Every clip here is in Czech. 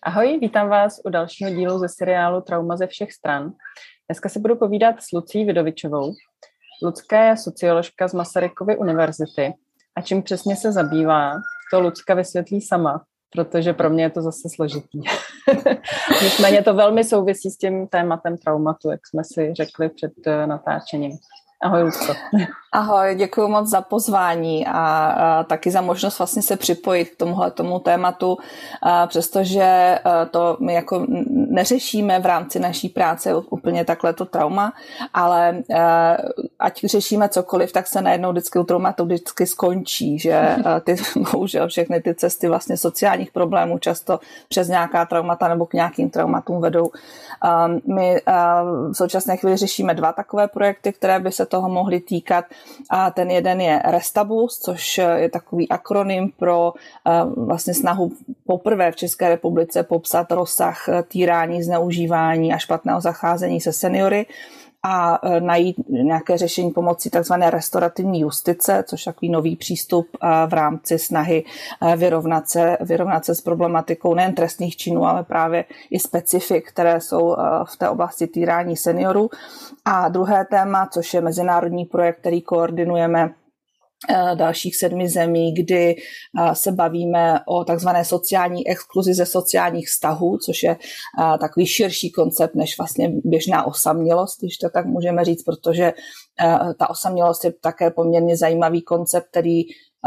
Ahoj, vítám vás u dalšího dílu ze seriálu Trauma ze všech stran. Dneska si budu povídat s Lucí Vidovičovou. Lucka je socioložka z Masarykovy univerzity a čím přesně se zabývá, to Lucka vysvětlí sama, protože pro mě je to zase složitý. Nicméně to velmi souvisí s tím tématem traumatu, jak jsme si řekli před natáčením. Ahoj, Lucko. Ahoj, děkuji moc za pozvání a taky za možnost vlastně se připojit k tomu tématu, přestože to my jako neřešíme v rámci naší práce úplně takhle to trauma, ale ať řešíme cokoliv, tak se najednou vždycky u traumatu vždycky skončí, že ty bohužel všechny ty cesty vlastně sociálních problémů často přes nějaká traumata nebo k nějakým traumatům vedou. My v současné chvíli řešíme 2 takové projekty, které by se toho mohly týkat. A ten jeden je Restabus, což je takový akronym pro vlastně snahu poprvé v České republice popsat rozsah týrání, zneužívání a špatného zacházení se seniory a najít nějaké řešení pomocí takzvané restaurativní justice, což je takový nový přístup v rámci snahy vyrovnat se s problematikou nejen trestných činů, ale právě i specifik, které jsou v té oblasti týrání seniorů. A druhé téma, což je mezinárodní projekt, který koordinujeme dalších 7 zemí, kdy se bavíme o takzvané sociální exkluzi ze sociálních vztahů, což je takový širší koncept než vlastně běžná osamělost, když to tak můžeme říct, protože ta osamělost je také poměrně zajímavý koncept, který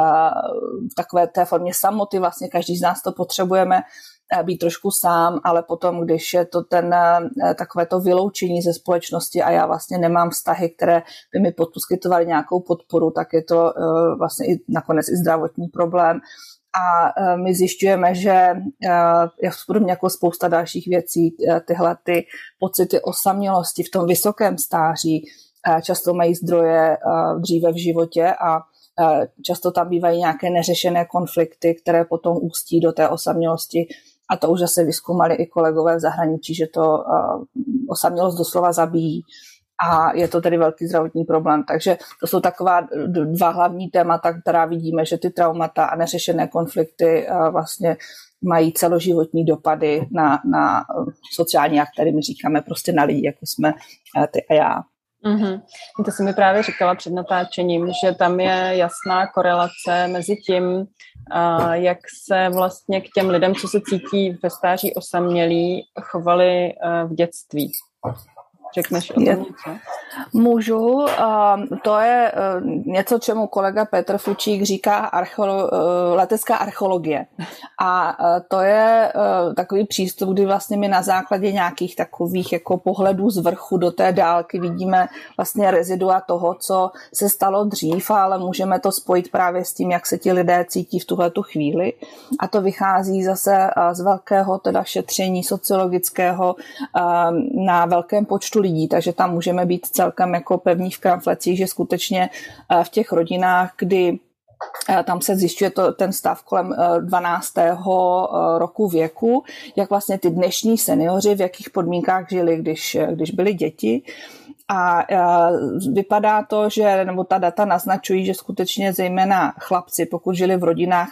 v takové té formě samoty, vlastně každý z nás to potřebujeme, být trošku sám, ale potom, když je to takové to vyloučení ze společnosti a já vlastně nemám vztahy, které by mi poskytovaly nějakou podporu, tak je to vlastně i nakonec i zdravotní problém. A my zjišťujeme, že podobně jako spousta dalších věcí, tyhle ty pocity osamělosti v tom vysokém stáří často mají zdroje dříve v životě a často tam bývají nějaké neřešené konflikty, které potom ústí do té osamělosti. A to už zase vyzkoumali i kolegové v zahraničí, že to osamělost doslova zabíjí. A je to tedy velký zdravotní problém. Takže to jsou taková 2 hlavní témata, která vidíme, že ty traumata a neřešené konflikty vlastně mají celoživotní dopady na sociální aktéry, my říkáme prostě na lidi, jako jsme ty a já. Mm-hmm. To jsi mi právě říkala před natáčením, že tam je jasná korelace mezi tím, jak se vlastně k těm lidem, co se cítí ve stáří osamělí, chovali v dětství. Řekneš o tom něco? Můžu. To je něco, čemu kolega Petr Fučík říká letecká archeologie. A to je takový přístup, kdy vlastně my na základě nějakých takových jako pohledů z vrchu do té dálky vidíme vlastně rezidua toho, co se stalo dřív, ale můžeme to spojit právě s tím, jak se ti lidé cítí v tuhletu chvíli. A to vychází zase z velkého teda šetření sociologického na velkém počtu lidí, takže tam můžeme být celkem jako pevní v kramflecích, že skutečně v těch rodinách, kdy tam se zjišťuje ten stav kolem 12. roku věku, jak vlastně ty dnešní seniori, v jakých podmínkách žili, když byli děti. A vypadá to, že, nebo ta data naznačují, že skutečně zejména chlapci, pokud žili v rodinách,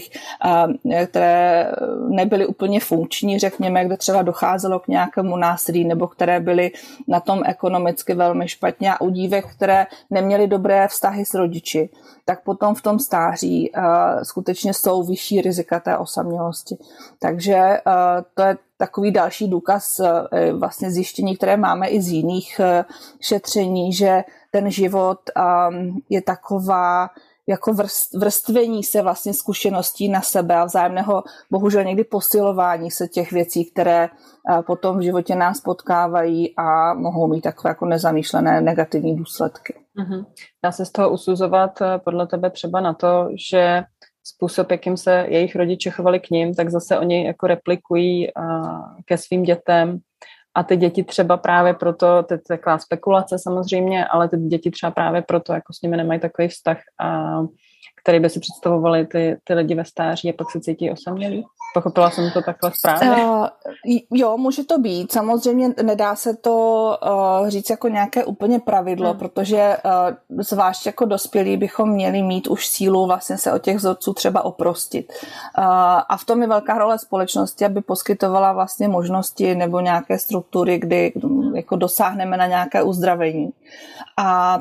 které nebyly úplně funkční, řekněme, kde třeba docházelo k nějakému násilí, nebo které byly na tom ekonomicky velmi špatně a u dívek, které neměly dobré vztahy s rodiči, tak potom v tom stáří skutečně jsou vyšší rizika té osamělosti. Takže to je takový další důkaz vlastně zjištění, které máme i z jiných šetření, že ten život je taková jako vrstvení se vlastně zkušeností na sebe a vzájemného bohužel někdy posilování se těch věcí, které potom v životě nás potkávají a mohou mít takové jako nezamýšlené negativní důsledky. Mm-hmm. Dá se z toho usuzovat podle tebe třeba na to, že způsob, jakým se jejich rodiče chovali k nim, tak zase oni jako replikují ke svým dětem a ty děti třeba právě proto, to je taková spekulace samozřejmě, ale ty děti třeba právě proto jako s nimi nemají takový vztah a který by si představovali ty lidi ve stáří a pak se cítí osamělí? Pochopila jsem to takhle správně? Jo, může to být. Samozřejmě nedá se to říct jako nějaké úplně pravidlo, protože zvlášť jako dospělí bychom měli mít už sílu vlastně se od těch vzorců třeba oprostit. A v tom je velká role společnosti, aby poskytovala vlastně možnosti nebo nějaké struktury, kdy jako dosáhneme na nějaké uzdravení. A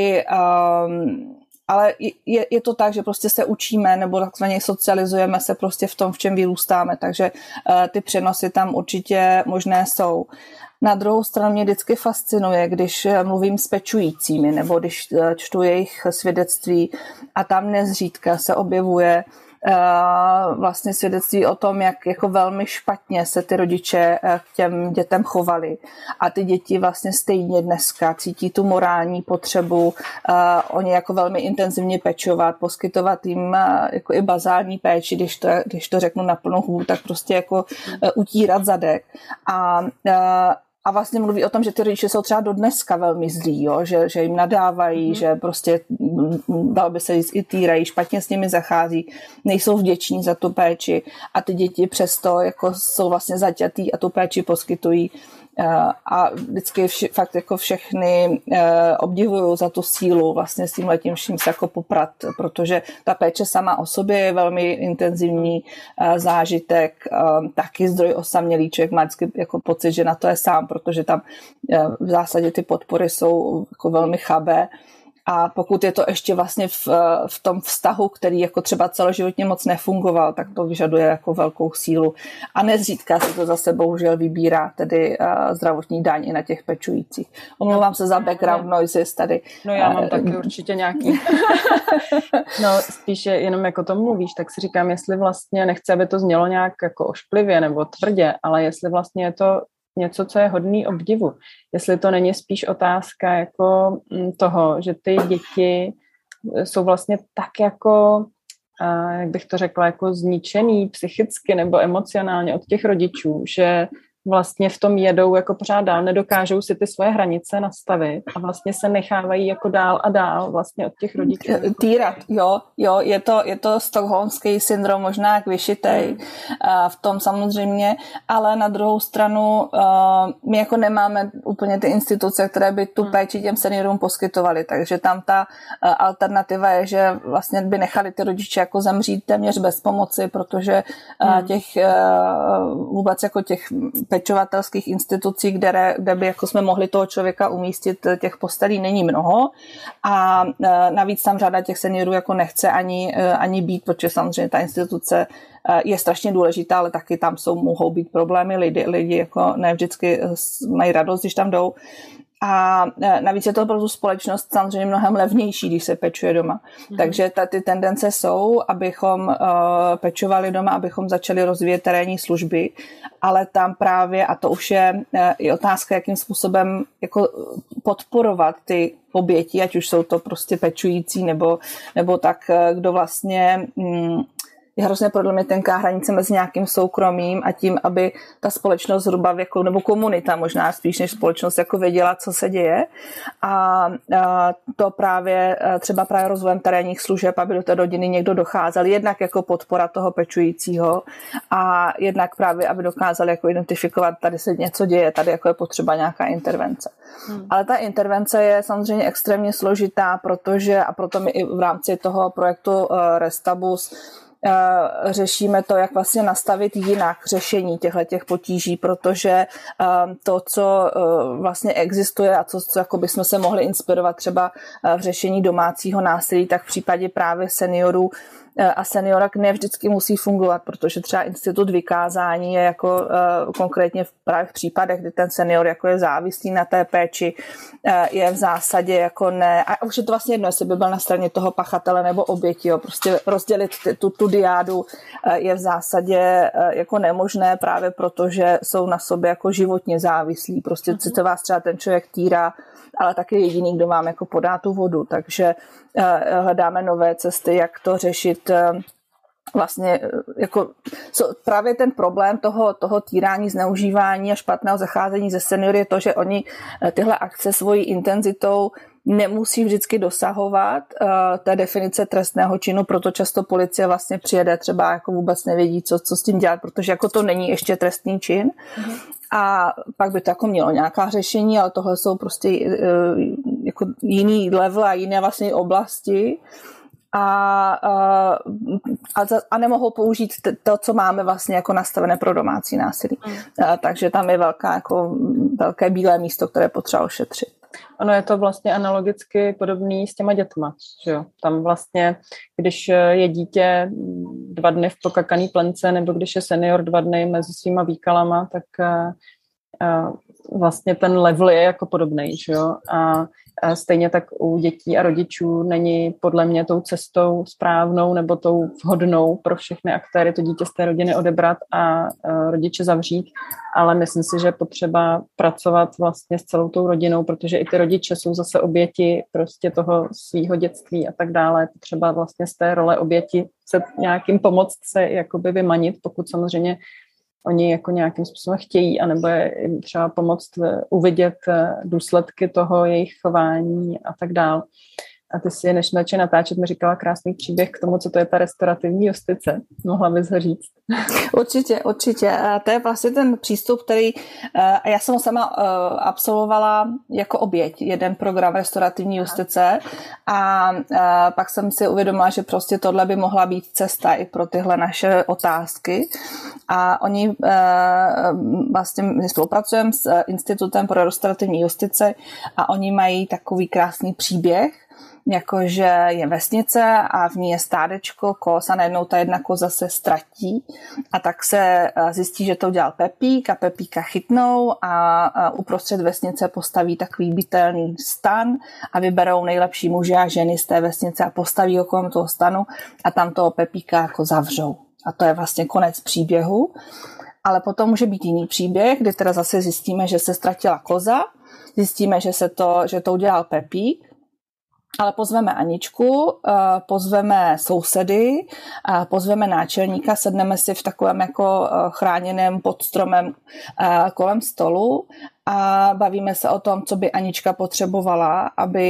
ale je to tak, že prostě se učíme nebo takzvaně socializujeme se prostě v tom, v čem vyrůstáme, takže ty přenosy tam určitě možné jsou. Na druhou stranu mě vždycky fascinuje, když mluvím s pečujícími nebo když čtu jejich svědectví a tam nezřídka se objevuje vlastně svědectví o tom, jak jako velmi špatně se ty rodiče k těm dětem chovali. A ty děti vlastně stejně dneska cítí tu morální potřebu o ně jako velmi intenzivně pečovat, poskytovat jim jako i bazální péči, když to řeknu na plnou hůl, tak prostě jako utírat zadek. A vlastně mluví o tom, že ty rodiče jsou třeba do dneska velmi zlí, jo? Že jim nadávají, že prostě dalo by se říct i týrají, špatně s nimi zachází, nejsou vděční za tu péči a ty děti přesto jako jsou vlastně zaťatý a tu péči poskytují. A vždycky fakt jako všechny obdivuju za tu sílu vlastně s tímhletím vším se jako poprat, protože ta péče sama o sobě je velmi intenzivní zážitek, taky zdroj osamělý, člověk má vždycky jako pocit, že na to je sám, protože tam v zásadě ty podpory jsou jako velmi chabé. A pokud je to ještě vlastně v tom vztahu, který jako třeba celoživotně moc nefungoval, tak to vyžaduje jako velkou sílu. A nezřídka se to zase bohužel vybírá tedy zdravotní daň i na těch pečujících. Omlouvám se za background noises tady. No já mám taky určitě nějaký. No spíše jenom jako to mluvíš, tak si říkám, jestli vlastně nechci, aby to znělo nějak jako ošklivě nebo tvrdě, ale jestli vlastně je to něco, co je hodný obdivu. Jestli to není spíš otázka jako toho, že ty děti jsou vlastně tak jako, jak bych to řekla, jako zničený psychicky nebo emocionálně od těch rodičů, že vlastně v tom jedou jako pořád dál, nedokážou si ty svoje hranice nastavit a vlastně se nechávají jako dál a dál vlastně od těch rodičů. Týrat, jo, je to stockholmský syndrom možná jak vyšitej v tom samozřejmě, ale na druhou stranu my jako nemáme úplně ty instituce, které by tu péči těm seniorům poskytovaly, takže tam ta alternativa je, že vlastně by nechali ty rodiče jako zemřít téměř bez pomoci, protože těch vůbec jako těch pečovatelských institucí, kde by jako jsme mohli toho člověka umístit, těch postelí není mnoho a navíc tam řada těch seniorů jako nechce ani být, protože samozřejmě ta instituce je strašně důležitá, ale taky tam mohou být problémy, lidi jako ne vždycky mají radost, když tam jdou. A navíc je to pro tu společnost samozřejmě mnohem levnější, když se pečuje doma. Takže ty tendence jsou, abychom pečovali doma, abychom začali rozvíjet terénní služby, ale tam právě, a to už je i otázka, jakým způsobem jako podporovat ty oběti, ať už jsou to prostě pečující, nebo tak, kdo vlastně je hrozně podle mě tenká hranice mezi nějakým soukromým a tím, aby ta společnost zhruba nebo komunita možná spíš než společnost jako věděla, co se děje. A to právě třeba rozvojem terénních služeb, aby do té rodiny někdo docházel, jednak jako podpora toho pečujícího a jednak právě, aby dokázali jako identifikovat, tady se něco děje, tady jako je potřeba nějaká intervence. Ale ta intervence je samozřejmě extrémně složitá, protože, a proto my i v rámci toho projektu Restabus řešíme to, jak vlastně nastavit jinak řešení těchto potíží, protože to, co vlastně existuje a co jako bychom se mohli inspirovat třeba v řešení domácího násilí, tak v případě právě seniorů a seniorek ne vždycky musí fungovat, protože třeba institut vykázání je jako konkrétně právě v případech, kdy ten senior jako je závislý na té péči, je v zásadě jako ne, a už je to vlastně jedno, jestli by byl na straně toho pachatele nebo oběti, jo, prostě rozdělit tu diádu je v zásadě jako nemožné právě proto, že jsou na sobě jako životně závislí, prostě sice vás třeba ten člověk týrá, ale taky jediný, kdo vám jako podá tu vodu, takže hledáme nové cesty, jak to řešit. Vlastně jako právě ten problém toho týrání, zneužívání a špatného zacházení ze seniory je to, že oni tyhle akce svojí intenzitou nemusí vždycky dosahovat té definice trestného činu, proto často policie vlastně přijede, třeba jako vůbec nevědí, co s tím dělat, protože jako to není ještě trestný čin. A pak by to jako mělo nějaká řešení, ale tohle jsou prostě jako jiný level a jiné vlastně oblasti. A nemohou použít to, co máme vlastně jako nastavené pro domácí násilí. Takže tam je velké bílé místo, které potřeba ošetřit. Ono je to vlastně analogicky podobný s těma dětma. Že jo? Tam vlastně, když je dítě 2 dny v pokakaný plence, nebo když je senior 2 dny mezi svýma výkalama, tak vlastně ten level je jako podobnej. Že jo? A stejně tak u dětí a rodičů není podle mě tou cestou správnou nebo tou vhodnou pro všechny aktéry to dítě z té rodiny odebrat a rodiče zavřít, ale myslím si, že je potřeba pracovat vlastně s celou tou rodinou, protože i ty rodiče jsou zase oběti prostě toho svýho dětství a tak dále. Je potřeba vlastně z té role oběti se nějakým pomoct se jakoby vymanit, pokud samozřejmě oni jako nějakým způsobem chtějí, anebo je jim třeba pomoct uvidět důsledky toho jejich chování a tak dál. A ty si, než jsme začali natáčet, mi říkala krásný příběh k tomu, co to je ta restaurativní justice. Mohla bys ho říct? Určitě. A to je vlastně ten přístup, který já jsem ho sama absolvovala jako oběť, jeden program restaurativní justice a pak jsem si uvědomila, že prostě tohle by mohla být cesta i pro tyhle naše otázky. A oni vlastně, my spolupracujeme s Institutem pro restaurativní justici a oni mají takový krásný příběh, jakože je vesnice a v ní je stádečko koz a najednou ta jedna koza se ztratí a tak se zjistí, že to udělal Pepík a Pepíka chytnou a uprostřed vesnice postaví takový bytelný stan a vyberou nejlepší muže a ženy z té vesnice a postaví ho kolem toho stanu a tam toho Pepíka jako zavřou. A to je vlastně konec příběhu. Ale potom může být jiný příběh, kdy teda zase zjistíme, že se ztratila koza, zjistíme, že to udělal Pepík, ale pozveme Aničku, pozveme sousedy, pozveme náčelníka, sedneme si v takovém jako chráněném pod stromem kolem stolu a bavíme se o tom, co by Anička potřebovala,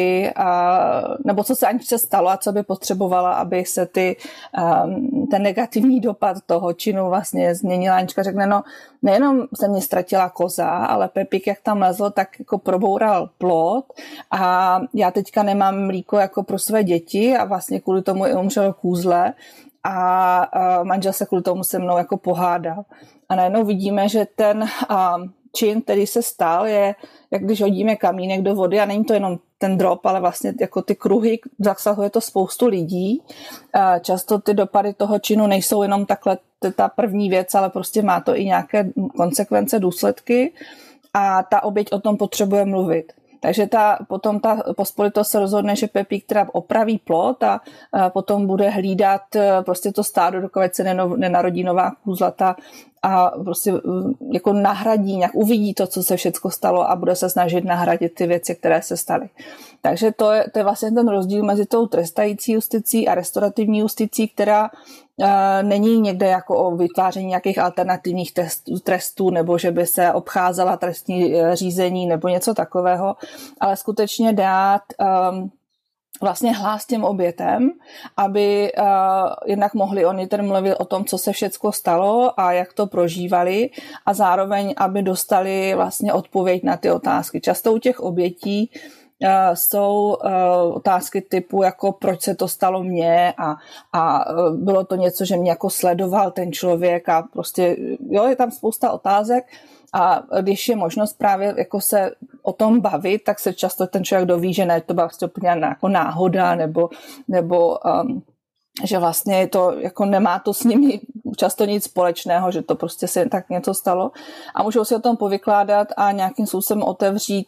nebo co se Aničce stalo a co by potřebovala, aby se ten negativní dopad toho činu vlastně změnila. Anička řekne, no nejenom se mě ztratila koza, ale Pepík, jak tam lezl, tak jako proboural plot a já teďka nemám mlíko jako pro své děti a vlastně kvůli tomu i umřelo kůzle a manžel se kvůli tomu se mnou jako pohádal. A najednou vidíme, že ten čin, který se stal, je, jak když hodíme kamínek do vody a není to jenom ten drop, ale vlastně jako ty kruhy, zasahuje to spoustu lidí. Často ty dopady toho činu nejsou jenom takhle ta první věc, ale prostě má to i nějaké konsekvence, důsledky a ta oběť o tom potřebuje mluvit. Takže potom ta pospolitost se rozhodne, že Pepík teda opraví plot a potom bude hlídat prostě to stádo, dokud se nenarodí nová kůzlata a prostě jako nahradí, nějak uvidí to, co se všecko stalo a bude se snažit nahradit ty věci, které se staly. Takže to je vlastně ten rozdíl mezi tou trestající justicí a restaurativní justicí, která není někde jako o vytváření nějakých alternativních trestů nebo že by se obcházela trestní řízení nebo něco takového, ale skutečně dát vlastně hlas těm obětem, aby jednak mohli oni ten mluvit o tom, co se všecko stalo a jak to prožívali a zároveň, aby dostali vlastně odpověď na ty otázky. Často u těch obětí jsou otázky typu jako proč se to stalo mně a bylo to něco, že mě jako sledoval ten člověk a prostě jo, je tam spousta otázek a když je možnost právě jako se o tom bavit, tak se často ten člověk doví, že ne, to byla vlastně úplně jako náhoda nebo že vlastně to jako nemá to s nimi často nic společného, že to prostě se tak něco stalo a můžou si o tom povykládat a nějakým způsobem otevřít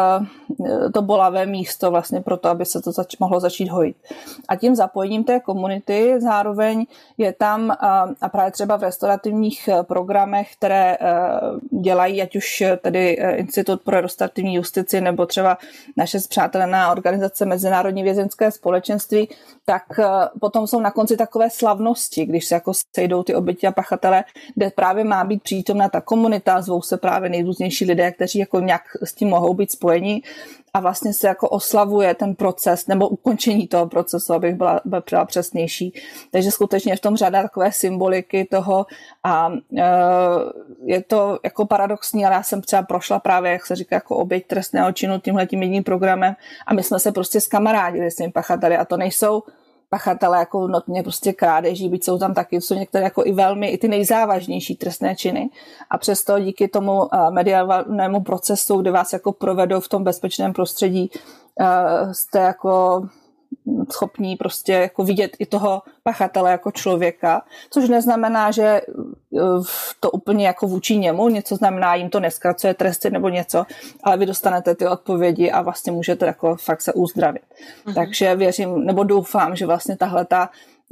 to bolavé místo vlastně proto, aby se to mohlo začít hojit. A tím zapojením té komunity zároveň je tam a právě třeba v restaurativních programech, které dělají ať už tedy Institut pro restaurativní justici nebo třeba naše spřátelená organizace Mezinárodní vězeňské společenství, tak potom jsou na konci takové slavnosti, když se jako sejdou ty oběti a pachatele, kde právě má být přítomna ta komunita, zvou se právě nejrůznější lidé, kteří jako nějak s tím mohou být spojeni a vlastně se jako oslavuje ten proces nebo ukončení toho procesu, abych byla přesnější. Takže skutečně v tom řada takové symboliky toho a je to jako paradoxní, ale já jsem třeba prošla právě, jak se říká, jako oběť trestného činu tímhletím jedním programem a my jsme se prostě skamarádili s těmi pachateli a to nejsou pachatelé jako notně prostě krádeží, byť jsou tam taky, jsou některé jako i velmi, i ty nejzávažnější trestné činy a přesto díky tomu mediálnímu procesu, kde vás jako provedou v tom bezpečném prostředí, jste jako schopní prostě jako vidět i toho pachatele jako člověka, což neznamená, že to úplně jako vůči němu, něco znamená, jim to neskracuje tresty nebo něco, ale vy dostanete ty odpovědi a vlastně můžete jako fakt se uzdravit. Takže věřím, nebo doufám, že vlastně tahleta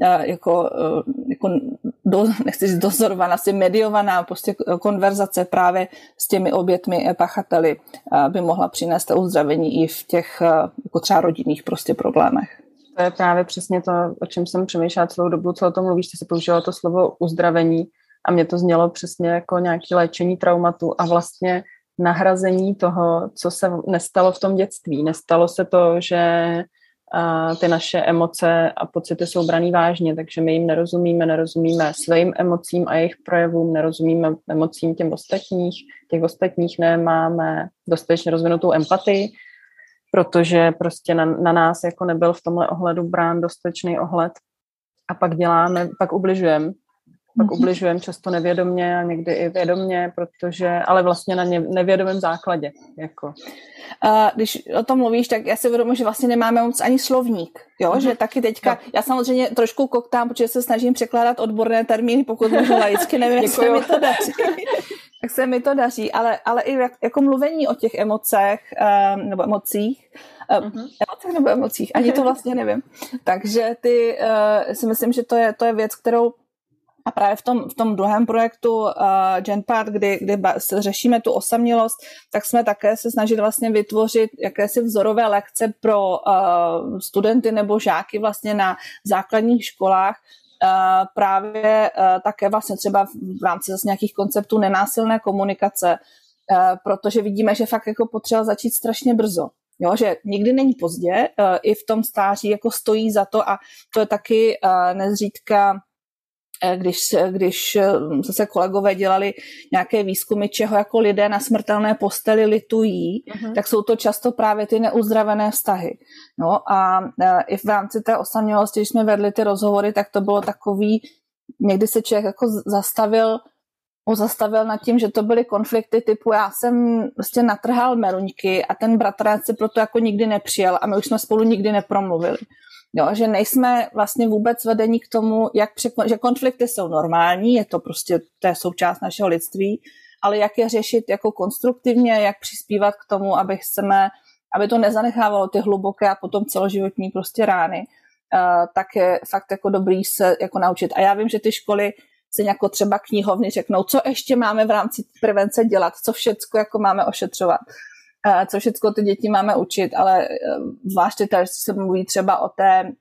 nechci říct dozorovaná, asi mediovaná prostě konverzace právě s těmi obětmi pachateli by mohla přinést to uzdravení i v těch jako třeba rodinných prostě problémech. To je právě přesně to, o čem jsem přemýšlela celou dobu, co o tom mluvíš, ty jsi použila to slovo uzdravení a mě to znělo přesně jako nějaké léčení traumatu a vlastně nahrazení toho, co se nestalo v tom dětství. Nestalo se to, že ty naše emoce a pocity jsou braný vážně, takže my jim nerozumíme svým emocím a jejich projevům, nerozumíme emocím těch ostatních nemáme dostatečně rozvinutou empatii, protože prostě na nás jako nebyl v tomhle ohledu brán dostatečný ohled a pak ubližujeme často nevědomně a někdy i vědomně, ale vlastně na nevědomém základě. Jako. Když o tom mluvíš, tak já si uvědomuji, že vlastně nemáme moc ani slovník, jo? Že taky teďka, já samozřejmě trošku koktám, protože se snažím překládat odborné termíny, pokud možná laicky, nevím, jak se mi to daří. Tak se mi to daří, ale i jako mluvení o těch emocích, nebo emocích, emocích nebo emocích, ani to vlastně nevím. Takže si myslím, že to je věc, kterou a právě v tom druhém projektu GenPart, kdy řešíme tu osamělost, tak jsme také se snažili vlastně vytvořit jakési vzorové lekce pro studenty nebo žáky vlastně na základních školách, právě také vlastně třeba v rámci zase nějakých konceptů nenásilné komunikace, protože vidíme, že fakt jako potřeba začít strašně brzo. Jo, že nikdy není pozdě, i v tom stáří jako stojí za to a to je taky nezřídka, když zase kolegové dělali nějaké výzkumy, čeho jako lidé na smrtelné posteli litují, tak jsou to často právě ty neuzdravené vztahy. No a i v rámci té osamělosti, když jsme vedli ty rozhovory, tak to bylo takový, někdy se člověk jako zastavil nad tím, že to byly konflikty typu já jsem prostě natrhal meruňky a ten bratranec se proto jako nikdy nepřijel a my už jsme spolu nikdy nepromluvili. Jo, že nejsme vlastně vůbec vedení k tomu, že konflikty jsou normální, je to prostě, to je součást našeho lidství, ale jak je řešit jako konstruktivně, jak přispívat k tomu, aby to nezanechávalo ty hluboké a potom celoživotní prostě rány, tak je fakt jako dobrý se jako naučit. A já vím, že ty školy se jako třeba knihovny řeknou, co ještě máme v rámci prevence dělat, co všecko jako máme ošetřovat. Co všechno ty děti máme učit, ale zvláště tady se mluví třeba o té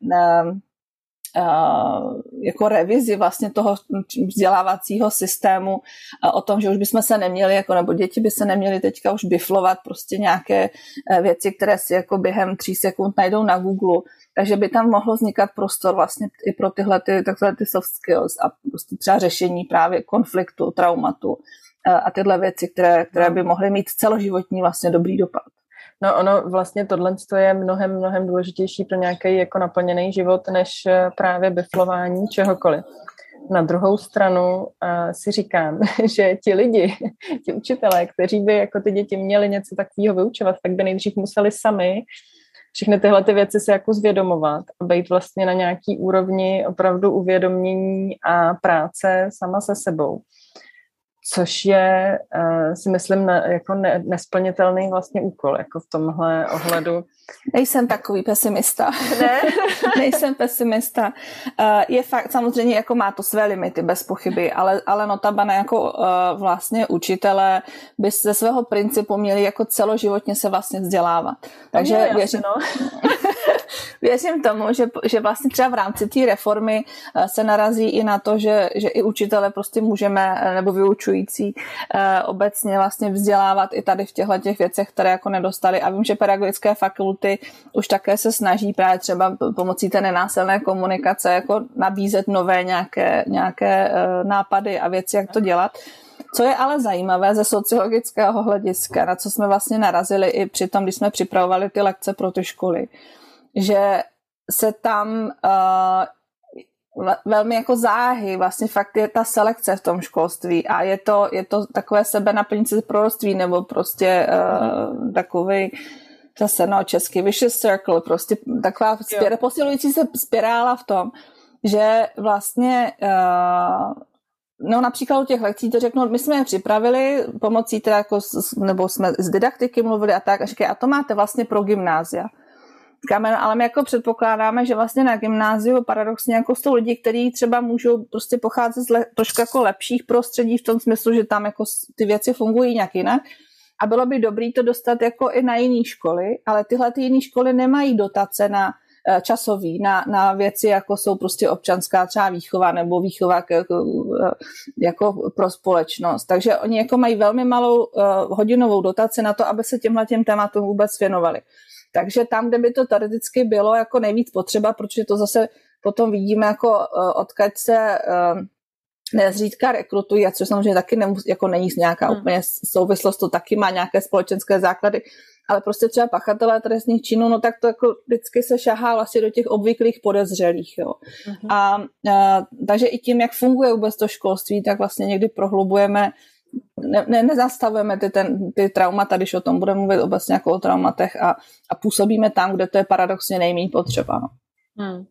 jako revizi vlastně toho vzdělávacího systému, o tom, že už bychom se neměli, jako, nebo děti by se neměly teďka už biflovat prostě nějaké věci, které si jako během 3 sekund najdou na Google, takže by tam mohlo vznikat prostor vlastně i pro tyhle ty soft skills a prostě třeba řešení právě konfliktu, traumatu a tyhle věci, které by mohly mít celoživotní vlastně dobrý dopad. No ono vlastně tohle je mnohem důležitější pro nějaký jako naplněný život, než právě biflování čehokoliv. Na druhou stranu si říkám, že ti lidi, ti učitelé, kteří by jako ty děti měli něco takového vyučovat, tak by nejdřív museli sami všechny tyhle ty věci si jako zvědomovat a být vlastně na nějaký úrovni opravdu uvědomění a práce sama se sebou. což je, si myslím, jako nesplnitelný vlastně úkol, jako v tomhle ohledu. Nejsem takový pesimista. Ne? Nejsem pesimista. Je fakt, samozřejmě jako má to své limity, bez pochyby, ale notabene jako vlastně učitelé by ze svého principu měli jako celoživotně se vlastně vzdělávat. Takže věřím tomu, že vlastně třeba v rámci té reformy se narazí i na to, že i učitele prostě můžeme, nebo vyučující obecně vlastně vzdělávat i tady v těchto věcech, které jako nedostali. A vím, že pedagogické fakulty už také se snaží právě třeba pomocí té nenásilné komunikace jako nabízet nové nějaké nápady a věci, jak to dělat. Co je ale zajímavé ze sociologického hlediska, na co jsme vlastně narazili i při tom, když jsme připravovali ty lekce pro ty školy, že se tam velmi jako záhy vlastně fakt je ta selekce v tom školství a je to takové sebenaplňující proroctví nebo prostě takovej zase český vicious circle, prostě taková posilující se spirála v tom, že vlastně například u těch lekcí to řeknu, my jsme je připravili pomocí teda jako, nebo jsme z didaktiky mluvili a tak a říkají, a to máte vlastně pro gymnázia. Ale my jako předpokládáme, že vlastně na gymnáziu paradoxně jako jsou lidi, kteří třeba můžou prostě pocházet z trošku jako lepších prostředí v tom smyslu, že tam jako ty věci fungují nějak jinak. A bylo by dobré to dostat jako i na jiné školy, ale tyhle ty jiné školy nemají dotace na časový, na věci, jako jsou prostě občanská třeba výchova nebo výchova jako pro společnost. Takže oni jako mají velmi malou hodinovou dotaci na to, aby se těmhletěm tématům vůbec věnovali. Takže tam, kde by to teoreticky bylo jako nejvíc potřeba, protože to zase potom vidíme, jako odkud se nezřídka rekrutují, a což samozřejmě taky jako není nějaká úplně souvislost, to taky má nějaké společenské základy, ale prostě třeba pachatelé trestných činů, no tak to jako vždycky se šahá vlastně do těch obvyklých podezřelých. Jo. Takže i tím, jak funguje vůbec to školství, tak vlastně někdy prohlubujeme, nezastavujeme ty traumata, když o tom budeme mluvit obecně jako o traumatech a působíme tam, kde to je paradoxně nejméně potřeba. No.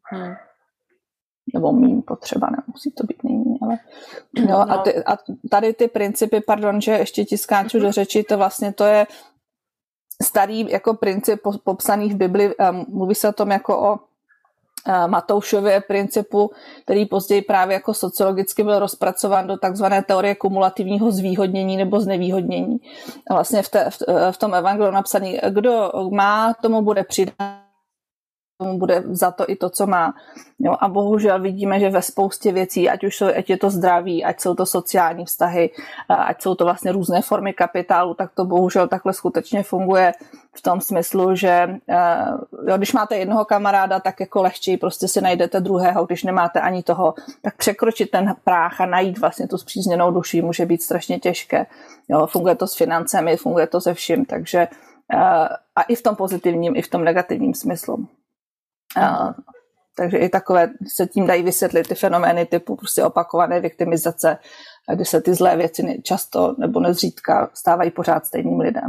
Nebo méně potřeba, nemusí to být nejméně, ale a tady ty principy, pardon, že ještě ti skáču do řeči, to je starý jako princip popsaný v Bibli, mluví se o tom jako o Matoušově principu, který později právě jako sociologicky byl rozpracován do takzvané teorie kumulativního zvýhodnění nebo znevýhodnění. A vlastně v tom evangeliu napsaný, kdo má, tomu bude přidáno, tomu bude za to i to, co má. Jo, a bohužel vidíme, že ve spoustě věcí, ať je to zdraví, ať jsou to sociální vztahy, ať jsou to vlastně různé formy kapitálu, tak to bohužel takhle skutečně funguje v tom smyslu, že když máte jednoho kamaráda, tak jako lehčí prostě si najdete druhého, když nemáte ani toho, tak překročit ten práh a najít vlastně tu spřízněnou duši může být strašně těžké. Jo, funguje to s financemi, funguje to se vším, takže a i v tom pozitivním, i v tom negativním smyslu. Takže i takové se tím dají vysvětlit ty fenomény typu prostě opakované viktimizace, kdy se ty zlé věci často nebo nezřídka stávají pořád stejným lidem.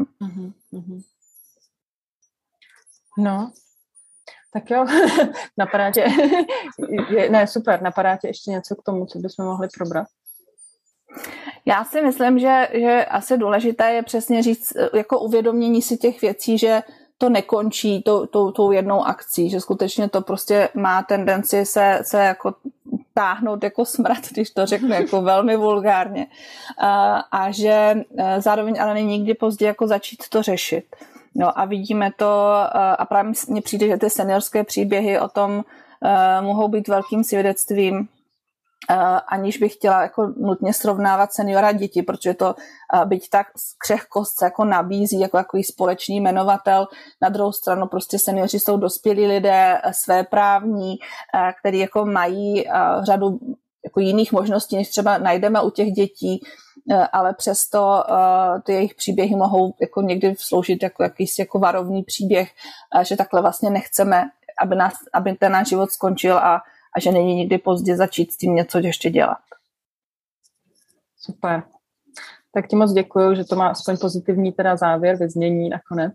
No, tak jo, napadá tě, napadá tě ještě něco k tomu, co bychom mohli probrat? Já si myslím, že asi důležité je přesně říct, jako uvědomění si těch věcí, že to nekončí tou jednou akcí, že skutečně to prostě má tendenci se jako táhnout jako smrad, když to řeknu jako velmi vulgárně. A že zároveň ale není nikdy pozdě jako začít to řešit. No a vidíme to, a právě mně přijde, že ty seniorské příběhy o tom mohou být velkým svědectvím, aniž bych chtěla jako nutně srovnávat seniora a děti, protože to byť tak křehkost se jako nabízí jako takový společný jmenovatel. Na druhou stranu prostě seniori jsou dospělí lidé, svéprávní, který jako mají řadu jako jiných možností, než třeba najdeme u těch dětí, ale přesto ty jejich příběhy mohou jako někdy sloužit jako jakýsi jako varovný příběh, že takhle vlastně nechceme, aby ten náš život skončil a že není nikdy pozdě začít s tím něco ještě dělat. Super. Tak ti moc děkuju, že to má aspoň pozitivní teda závěr, vyznění nakonec.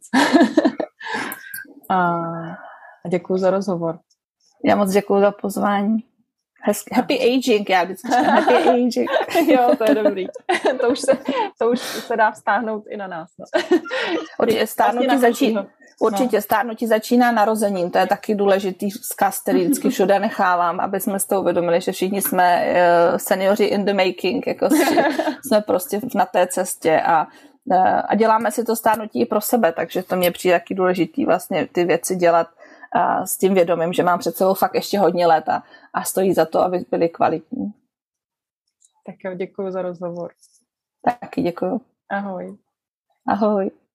a děkuju za rozhovor. Já moc děkuju za pozvání. Happy aging, já vždycky říkám happy aging. Jo, to je dobrý. To už se dá vztáhnout i na nás. No. Určitě stárnutí začíná narozením, to je taky důležitý vzkaz, který vždycky všude nechávám, aby jsme si to uvědomili, že všichni jsme seniori in the making, jako jsme prostě na té cestě a děláme si to stárnutí i pro sebe, takže to mě přijde taky důležitý vlastně ty věci dělat s tím vědomím, že mám před sebou fakt ještě hodně let a stojí za to, aby byly kvalitní. Tak jo, děkuji za rozhovor. Taky děkuji. Ahoj. Ahoj.